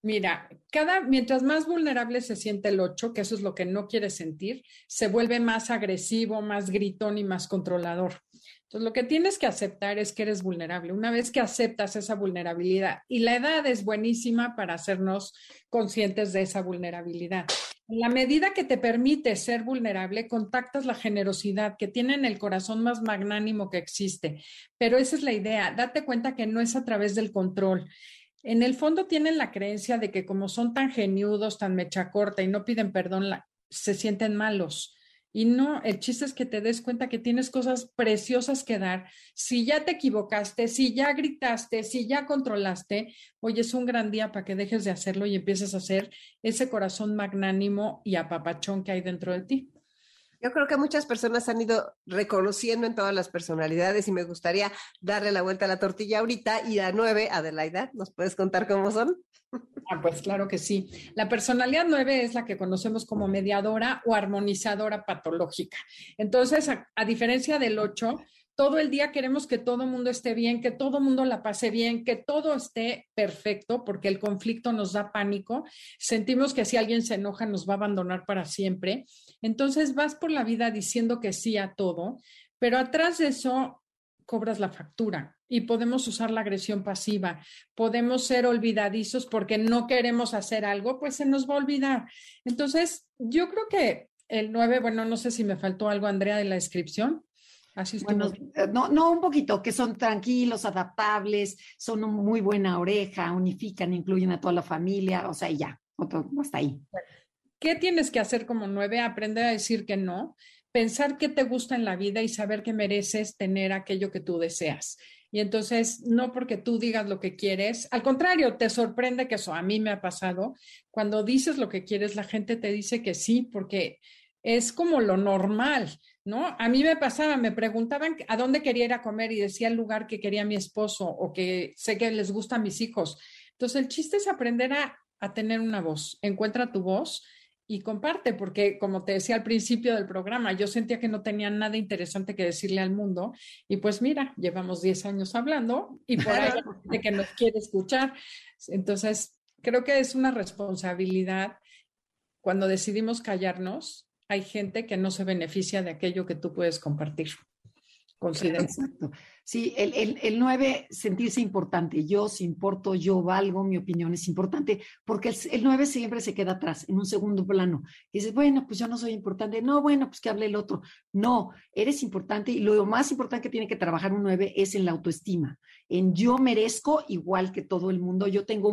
Mira, mientras más vulnerable se siente el 8, que eso es lo que no quiere sentir, se vuelve más agresivo, más gritón y más controlador. Entonces, lo que tienes que aceptar es que eres vulnerable. Una vez que aceptas esa vulnerabilidad, y la edad es buenísima para hacernos conscientes de esa vulnerabilidad. En la medida que te permite ser vulnerable, contactas la generosidad que tiene en el corazón más magnánimo que existe. Pero esa es la idea, date cuenta que no es a través del control. En el fondo tienen la creencia de que como son tan geniudos, tan mecha corta y no piden perdón, se sienten malos. Y no, el chiste es que te des cuenta que tienes cosas preciosas que dar. Si ya te equivocaste, si ya gritaste, si ya controlaste, hoy es un gran día para que dejes de hacerlo y empieces a hacer ese corazón magnánimo y apapachón que hay dentro de ti. Yo creo que muchas personas han ido reconociendo en todas las personalidades y me gustaría darle la vuelta a la tortilla ahorita. Y a 9, Adelaida, ¿nos puedes contar cómo son? Pues claro que sí. La personalidad 9 es la que conocemos como mediadora o armonizadora patológica. Entonces, a diferencia del 8, todo el día queremos que todo el mundo esté bien, que todo el mundo la pase bien, que todo esté perfecto, porque el conflicto nos da pánico. Sentimos que si alguien se enoja nos va a abandonar para siempre. Entonces vas por la vida diciendo que sí a todo, pero atrás de eso cobras la factura y podemos usar la agresión pasiva, podemos ser olvidadizos porque no queremos hacer algo, pues se nos va a olvidar. Entonces, yo creo que el 9, bueno, no sé si me faltó algo, Andrea, de la descripción. Así es. Bueno, no, un poquito, que son tranquilos, adaptables, son muy buena oreja, unifican, incluyen a toda la familia, o sea, ya, hasta ahí. ¿Qué tienes que hacer como 9? Aprender a decir que no, pensar qué te gusta en la vida y saber que mereces tener aquello que tú deseas. Y entonces, no porque tú digas lo que quieres, al contrario, te sorprende que eso a mí me ha pasado. Cuando dices lo que quieres, la gente te dice que sí, porque es como lo normal, ¿no? A mí me pasaba, me preguntaban a dónde quería ir a comer y decía el lugar que quería mi esposo o que sé que les gusta a mis hijos. Entonces, el chiste es aprender a tener una voz. Encuentra tu voz y comparte, porque como te decía al principio del programa, yo sentía que no tenía nada interesante que decirle al mundo y pues mira, llevamos 10 años hablando y por ahí hay gente que nos quiere escuchar. Entonces, creo que es una responsabilidad cuando decidimos callarnos. Hay gente que no se beneficia de aquello que tú puedes compartir. Considera. Exacto. Sí, el 9, sentirse importante. Yo sí importo, yo valgo, mi opinión es importante, porque el 9 siempre se queda atrás, en un segundo plano. Y dices, bueno, pues yo no soy importante. No, bueno, pues que hable el otro. No, eres importante y lo más importante que tiene que trabajar un 9 es en la autoestima, en yo merezco igual que todo el mundo. Yo tengo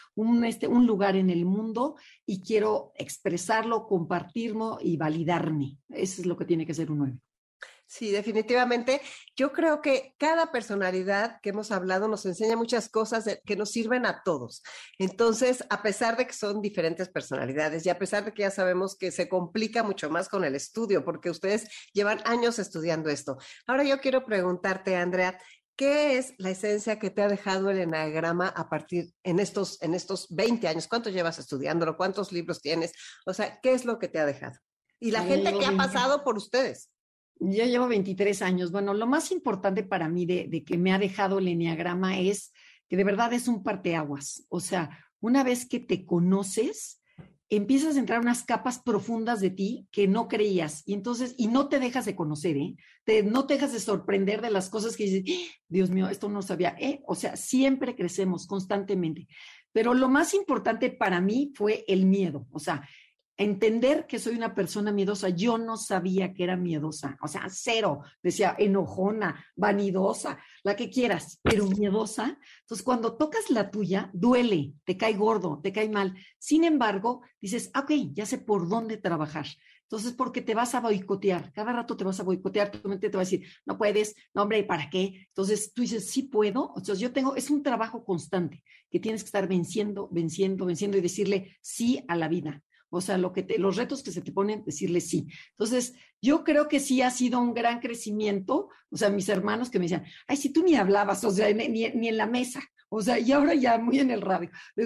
un lugar en el mundo y quiero expresarlo, compartirlo y validarme. Eso es lo que tiene que ser un 9. Sí, definitivamente. Yo creo que cada personalidad que hemos hablado nos enseña muchas cosas que nos sirven a todos. Entonces, a pesar de que son diferentes personalidades y a pesar de que ya sabemos que se complica mucho más con el estudio, porque ustedes llevan años estudiando esto. Ahora yo quiero preguntarte, Andrea, ¿qué es la esencia que te ha dejado el eneagrama a partir en estos 20 años? ¿Cuánto llevas estudiándolo? ¿Cuántos libros tienes? O sea, ¿qué es lo que te ha dejado? Y la gente que ha pasado por ustedes. Yo llevo 23 años. Bueno, lo más importante para mí de que me ha dejado el eneagrama es que de verdad es un parteaguas. O sea, una vez que te conoces, empiezas a entrar unas capas profundas de ti que no creías. Y entonces, y no te dejas de conocer, ¿eh? No te dejas de sorprender de las cosas que dices, Dios mío, esto no sabía, ¿eh? O sea, siempre crecemos constantemente. Pero lo más importante para mí fue el miedo. O sea, entender que soy una persona miedosa. Yo no sabía que era miedosa, o sea, cero. Decía enojona, vanidosa, la que quieras, pero miedosa. Entonces, cuando tocas la tuya, duele, te cae gordo, te cae mal. Sin embargo, dices, ok, ya sé por dónde trabajar. Entonces, porque te vas a boicotear, cada rato te vas a boicotear, tu mente te va a decir, no puedes, no hombre, ¿para qué? Entonces, tú dices, sí puedo. Entonces, es un trabajo constante que tienes que estar venciendo y decirle sí a la vida. O sea, los retos que se te ponen, decirle sí. Entonces, yo creo que sí ha sido un gran crecimiento. O sea, mis hermanos que me decían, ay, si tú ni hablabas, o sea, ni en la mesa. O sea, y ahora ya muy en el radio. Digo,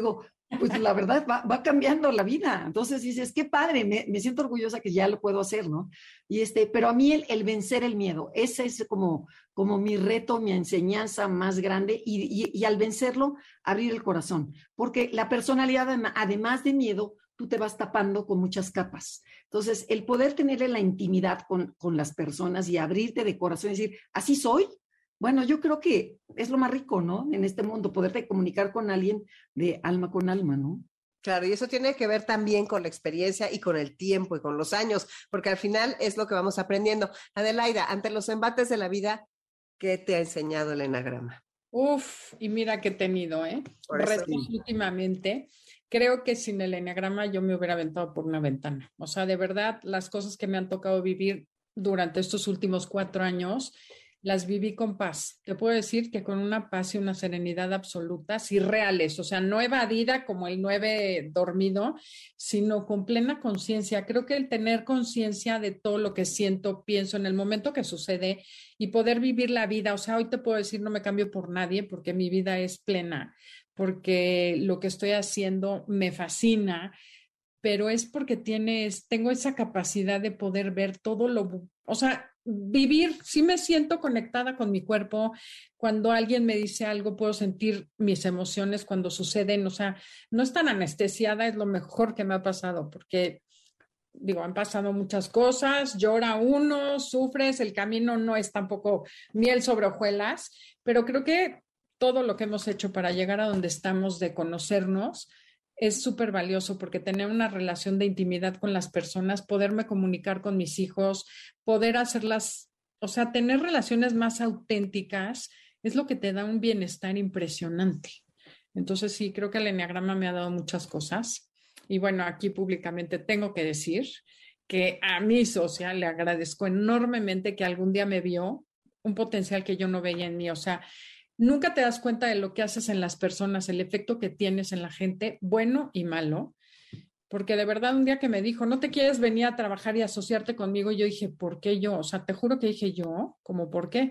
Pues la verdad va cambiando la vida. Entonces dices, qué padre, me siento orgullosa que ya lo puedo hacer, ¿no? Pero a mí el vencer el miedo, ese es como mi reto, mi enseñanza más grande y al vencerlo, abrir el corazón. Porque la personalidad, además de miedo, tú te vas tapando con muchas capas. Entonces, el poder tener la intimidad con las personas y abrirte de corazón y decir, así soy. Bueno, yo creo que es lo más rico, ¿no? En este mundo, poderte comunicar con alguien de alma con alma, ¿no? Claro, y eso tiene que ver también con la experiencia y con el tiempo y con los años, porque al final es lo que vamos aprendiendo. Adelaida, ante los embates de la vida, ¿qué te ha enseñado el enagrama? Uf, y mira que he tenido, retos últimamente. Creo que sin el enagrama yo me hubiera aventado por una ventana. O sea, de verdad, las cosas que me han tocado vivir durante estos últimos 4 años, las viví con paz. Te puedo decir que con una paz y una serenidad absolutas y reales, o sea, no evadida como el 9 dormido, sino con plena conciencia. Creo que el tener conciencia de todo lo que siento, pienso en el momento que sucede y poder vivir la vida, o sea, hoy te puedo decir no me cambio por nadie porque mi vida es plena, porque lo que estoy haciendo me fascina, pero es porque tengo esa capacidad de poder ver todo o sea, vivir, sí me siento conectada con mi cuerpo, cuando alguien me dice algo puedo sentir mis emociones cuando suceden, o sea, no es tan anestesiada, es lo mejor que me ha pasado, porque digo, han pasado muchas cosas, llora uno, sufres, el camino no es tampoco miel sobre hojuelas, pero creo que todo lo que hemos hecho para llegar a donde estamos de conocernos es súper valioso porque tener una relación de intimidad con las personas, poderme comunicar con mis hijos, poder hacerlas, o sea, tener relaciones más auténticas es lo que te da un bienestar impresionante. Entonces sí, creo que el eneagrama me ha dado muchas cosas. Y bueno, aquí públicamente tengo que decir que a mi socia le agradezco enormemente que algún día me vio un potencial que yo no veía en mí. O sea, nunca te das cuenta de lo que haces en las personas, el efecto que tienes en la gente, bueno y malo, porque de verdad un día que me dijo, ¿no te quieres venir a trabajar y asociarte conmigo? Y yo dije, ¿por qué yo? O sea, te juro que dije yo, ¿cómo por qué?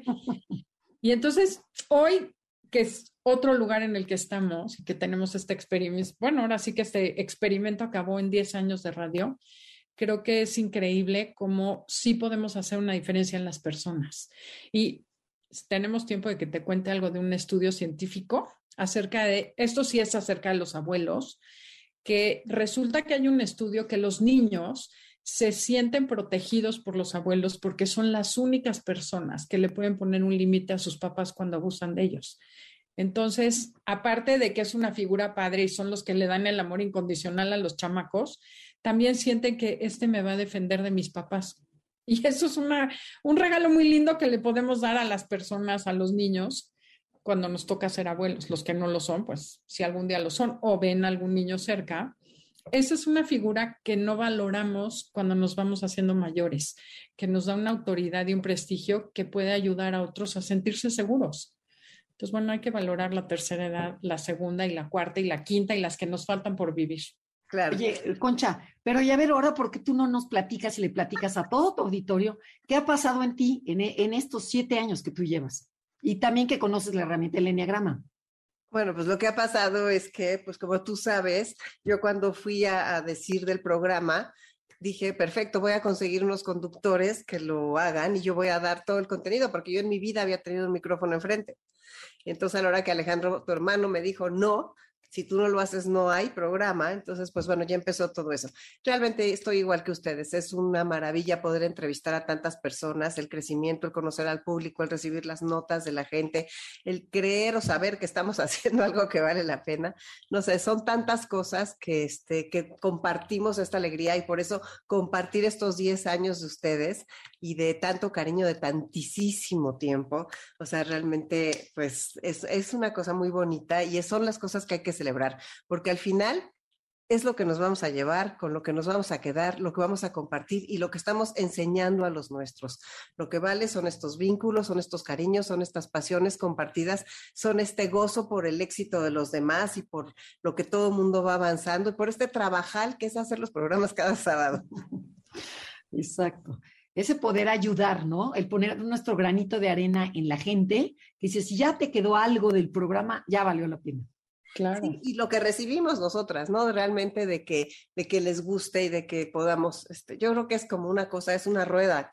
Y entonces hoy, que es otro lugar en el que estamos y que tenemos este experimento, bueno, ahora sí que este experimento acabó en 10 años de radio, creo que es increíble cómo sí podemos hacer una diferencia en las personas. Y tenemos tiempo de que te cuente algo de un estudio científico acerca de, esto sí es acerca de los abuelos, que resulta que hay un estudio que los niños se sienten protegidos por los abuelos porque son las únicas personas que le pueden poner un límite a sus papás cuando abusan de ellos. Entonces, aparte de que es una figura padre y son los que le dan el amor incondicional a los chamacos, también sienten que me va a defender de mis papás. Y eso es un regalo muy lindo que le podemos dar a las personas, a los niños, cuando nos toca ser abuelos. Los que no lo son, pues si algún día lo son o ven a algún niño cerca. Esa es una figura que no valoramos cuando nos vamos haciendo mayores, que nos da una autoridad y un prestigio que puede ayudar a otros a sentirse seguros. Entonces, bueno, hay que valorar la tercera edad, la segunda y la cuarta y la quinta y las que nos faltan por vivir. Claro. Oye, Concha, pero ya ver ahora, ¿por qué tú no nos platicas y le platicas a todo tu auditorio qué ha pasado en ti en estos 7 años que tú llevas? Y también que conoces la herramienta del eneagrama. Bueno, pues lo que ha pasado es que, pues como tú sabes, yo cuando fui a decir del programa, dije, perfecto, voy a conseguir unos conductores que lo hagan y yo voy a dar todo el contenido, porque yo en mi vida había tenido un micrófono enfrente. Entonces, a la hora que Alejandro, tu hermano, me dijo, no, si tú no lo haces, no hay programa. Entonces, pues bueno, ya empezó todo eso. Realmente estoy igual que ustedes. Es una maravilla poder entrevistar a tantas personas, el crecimiento, el conocer al público, el recibir las notas de la gente, el creer o saber que estamos haciendo algo que vale la pena. No sé, son tantas cosas que compartimos esta alegría y por eso compartir estos 10 años de ustedes y de tanto cariño, de tantísimo tiempo. O sea, realmente, pues es una cosa muy bonita y son las cosas que hay que celebrar, porque al final es lo que nos vamos a llevar, con lo que nos vamos a quedar, lo que vamos a compartir y lo que estamos enseñando a los nuestros. Lo que vale son estos vínculos, son estos cariños, son estas pasiones compartidas, son este gozo por el éxito de los demás y por lo que todo el mundo va avanzando y por este trabajar que es hacer los programas cada sábado. Exacto. Ese poder ayudar, ¿no? El poner nuestro granito de arena en la gente, que dice, si ya te quedó algo del programa, ya valió la pena. Claro. Sí, y lo que recibimos nosotras, ¿no? Realmente de que les guste y de que podamos, yo creo que es como una cosa, es una rueda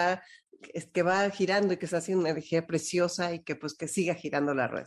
que va girando y que se hace una energía preciosa y que pues que siga girando la rueda.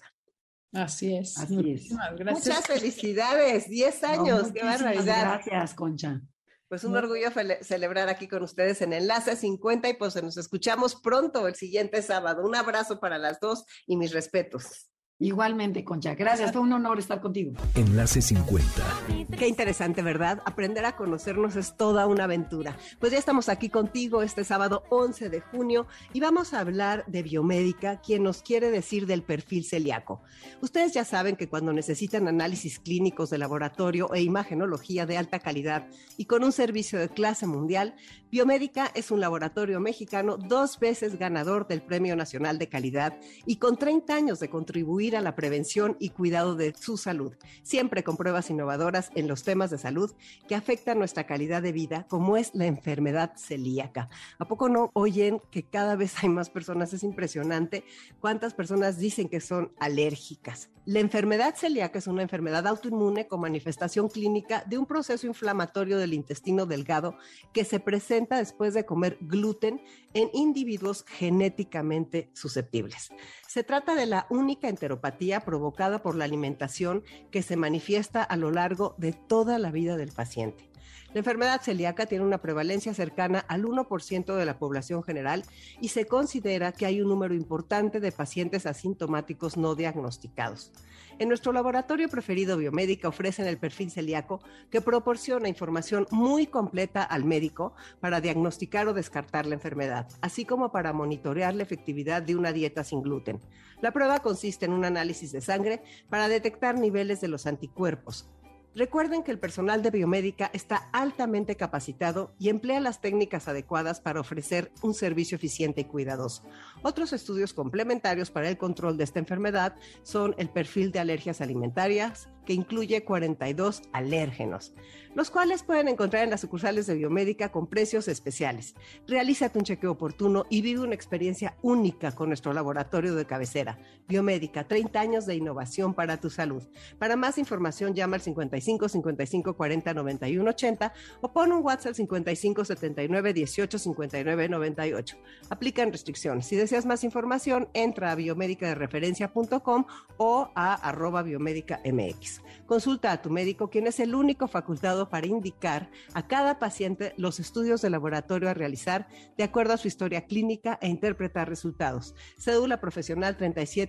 Así es. Así Muchísimas es. gracias. Muchas felicidades, 10 años, qué barbaridad. Gracias, Concha. Pues un orgullo celebrar aquí con ustedes en Enlace 50 y pues nos escuchamos pronto el siguiente sábado. Un abrazo para las dos y mis respetos. Igualmente, Concha. Gracias, fue un honor estar contigo. Enlace 50. Qué interesante, ¿verdad? Aprender a conocernos es toda una aventura. Pues ya estamos aquí contigo este sábado 11 de junio y vamos a hablar de biomédica, quien nos quiere decir del perfil celíaco. Ustedes ya saben que cuando necesitan análisis clínicos de laboratorio e imagenología de alta calidad y con un servicio de clase mundial, Biomédica es un laboratorio mexicano 2 veces ganador del Premio Nacional de Calidad y con 30 años de contribuir a la prevención y cuidado de su salud, siempre con pruebas innovadoras en los temas de salud que afectan nuestra calidad de vida, como es la enfermedad celíaca. ¿A poco no oyen que cada vez hay más personas? Es impresionante cuántas personas dicen que son alérgicas. La enfermedad celíaca es una enfermedad autoinmune con manifestación clínica de un proceso inflamatorio del intestino delgado que se presenta después de comer gluten en individuos genéticamente susceptibles. Se trata de la única enteropatía provocada por la alimentación que se manifiesta a lo largo de toda la vida del paciente. La enfermedad celíaca tiene una prevalencia cercana al 1% de la población general y se considera que hay un número importante de pacientes asintomáticos no diagnosticados. En nuestro laboratorio preferido Biomédica ofrecen el perfil celíaco que proporciona información muy completa al médico para diagnosticar o descartar la enfermedad, así como para monitorear la efectividad de una dieta sin gluten. La prueba consiste en un análisis de sangre para detectar niveles de los anticuerpos. Recuerden que el personal de Biomédica está altamente capacitado y emplea las técnicas adecuadas para ofrecer un servicio eficiente y cuidadoso. Otros estudios complementarios para el control de esta enfermedad son el perfil de alergias alimentarias, que incluye 42 alérgenos, los cuales pueden encontrar en las sucursales de Biomédica con precios especiales. Realízate un chequeo oportuno y vive una experiencia única con nuestro laboratorio de cabecera. Biomédica, 30 años de innovación para tu salud. Para más información llama al 55 55 40 91 80 o pon un WhatsApp al 55 79 18 59 98. Aplican restricciones. Si deseas más información, entra a biomedicadereferencia.com o a @biomedicamx. Consulta a tu médico, quien es el único facultado para indicar a cada paciente los estudios de laboratorio a realizar de acuerdo a su historia clínica e interpretar resultados. Cédula profesional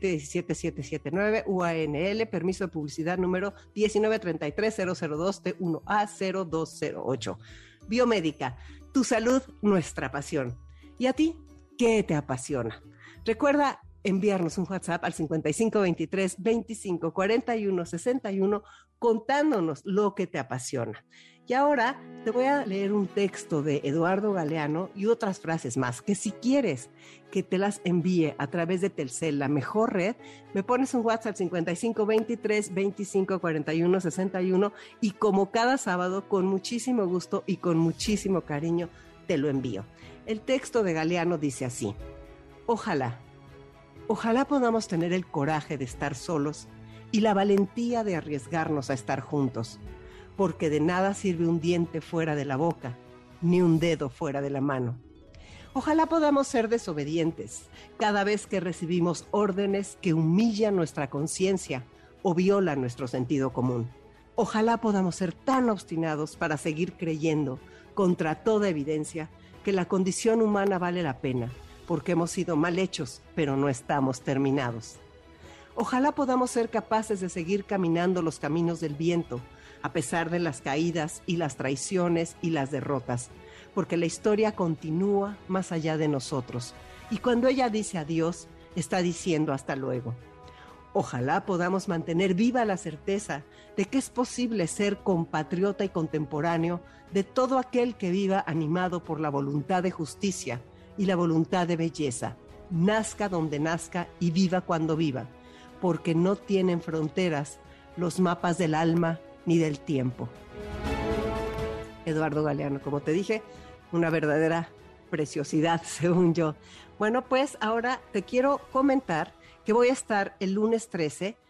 3717779 UANL, permiso de publicidad número 1933002T1A0208. Biomédica, tu salud, nuestra pasión. ¿Y a ti? ¿Qué te apasiona? Recuerda enviarnos un WhatsApp al 5523 25 41 61 contándonos lo que te apasiona. Y ahora te voy a leer un texto de Eduardo Galeano y otras frases más, que si quieres que te las envíe a través de Telcel, la mejor red, me pones un WhatsApp 55 23 25 41 61 y como cada sábado, con muchísimo gusto y con muchísimo cariño, te lo envío. El texto de Galeano dice así: Ojalá podamos tener el coraje de estar solos y la valentía de arriesgarnos a estar juntos, porque de nada sirve un diente fuera de la boca, ni un dedo fuera de la mano. Ojalá podamos ser desobedientes cada vez que recibimos órdenes que humillan nuestra conciencia o violan nuestro sentido común. Ojalá podamos ser tan obstinados para seguir creyendo, contra toda evidencia, que la condición humana vale la pena, porque hemos sido mal hechos, pero no estamos terminados. Ojalá podamos ser capaces de seguir caminando los caminos del viento, a pesar de las caídas y las traiciones y las derrotas, porque la historia continúa más allá de nosotros, y cuando ella dice adiós, está diciendo hasta luego. Ojalá podamos mantener viva la certeza de que es posible ser compatriota y contemporáneo de todo aquel que viva animado por la voluntad de justicia y la voluntad de belleza, nazca donde nazca y viva cuando viva, porque no tienen fronteras los mapas del alma ni del tiempo. Eduardo Galeano, como te dije, una verdadera preciosidad, según yo. Bueno, pues ahora te quiero comentar que voy a estar el lunes 13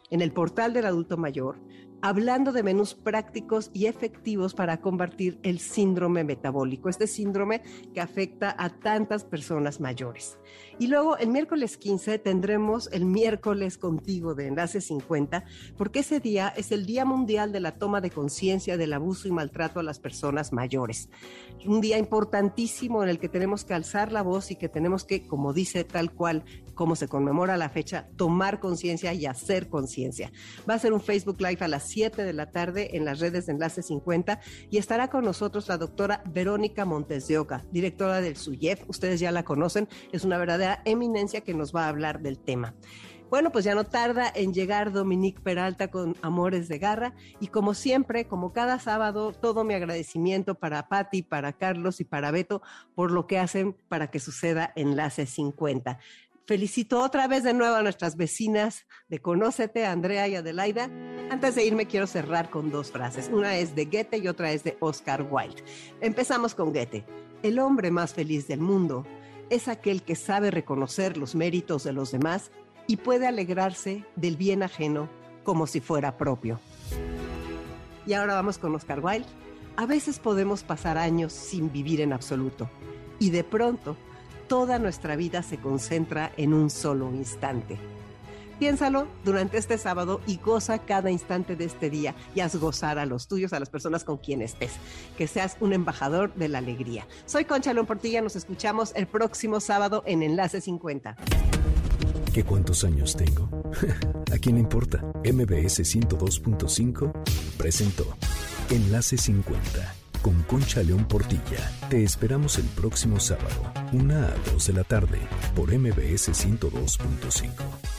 en el portal del adulto mayor, hablando de menús prácticos y efectivos para combatir el síndrome metabólico, este síndrome que afecta a tantas personas mayores. Y luego el miércoles 15 tendremos el miércoles contigo de Enlace 50, porque ese día es el Día Mundial de la Toma de Conciencia del Abuso y Maltrato a las Personas Mayores. Un día importantísimo en el que tenemos que alzar la voz y que tenemos que, como dice tal cual, como se conmemora la fecha, tomar conciencia y hacer conciencia. Va a ser un Facebook Live a las 7 de la tarde en las redes de Enlace 50 y estará con nosotros la doctora Verónica Montes de Oca, directora del SUYEF. Ustedes ya la conocen, es una verdadera eminencia que nos va a hablar del tema. Bueno, pues ya no tarda en llegar Dominique Peralta con Amores de Garra y como siempre, como cada sábado, todo mi agradecimiento para Patti, para Carlos y para Beto por lo que hacen para que suceda Enlace 50. Felicito otra vez de nuevo a nuestras vecinas de Conócete, Andrea y Adelaida. Antes de irme quiero cerrar con 2 frases. Una es de Goethe y otra es de Oscar Wilde. Empezamos con Goethe. El hombre más feliz del mundo es aquel que sabe reconocer los méritos de los demás y puede alegrarse del bien ajeno como si fuera propio. Y ahora vamos con Oscar Wilde. A veces podemos pasar años sin vivir en absoluto y de pronto toda nuestra vida se concentra en un solo instante. Piénsalo durante este sábado y goza cada instante de este día y haz gozar a los tuyos, a las personas con quienes estés. Que seas un embajador de la alegría. Soy Concha León Portilla, nos escuchamos el próximo sábado en Enlace 50. ¿Qué cuántos años tengo? ¿A quién le importa? MBS 102.5 presentó Enlace 50 con Concha León Portilla. Te esperamos el próximo sábado, 1 a 2 de la tarde, por MBS 102.5.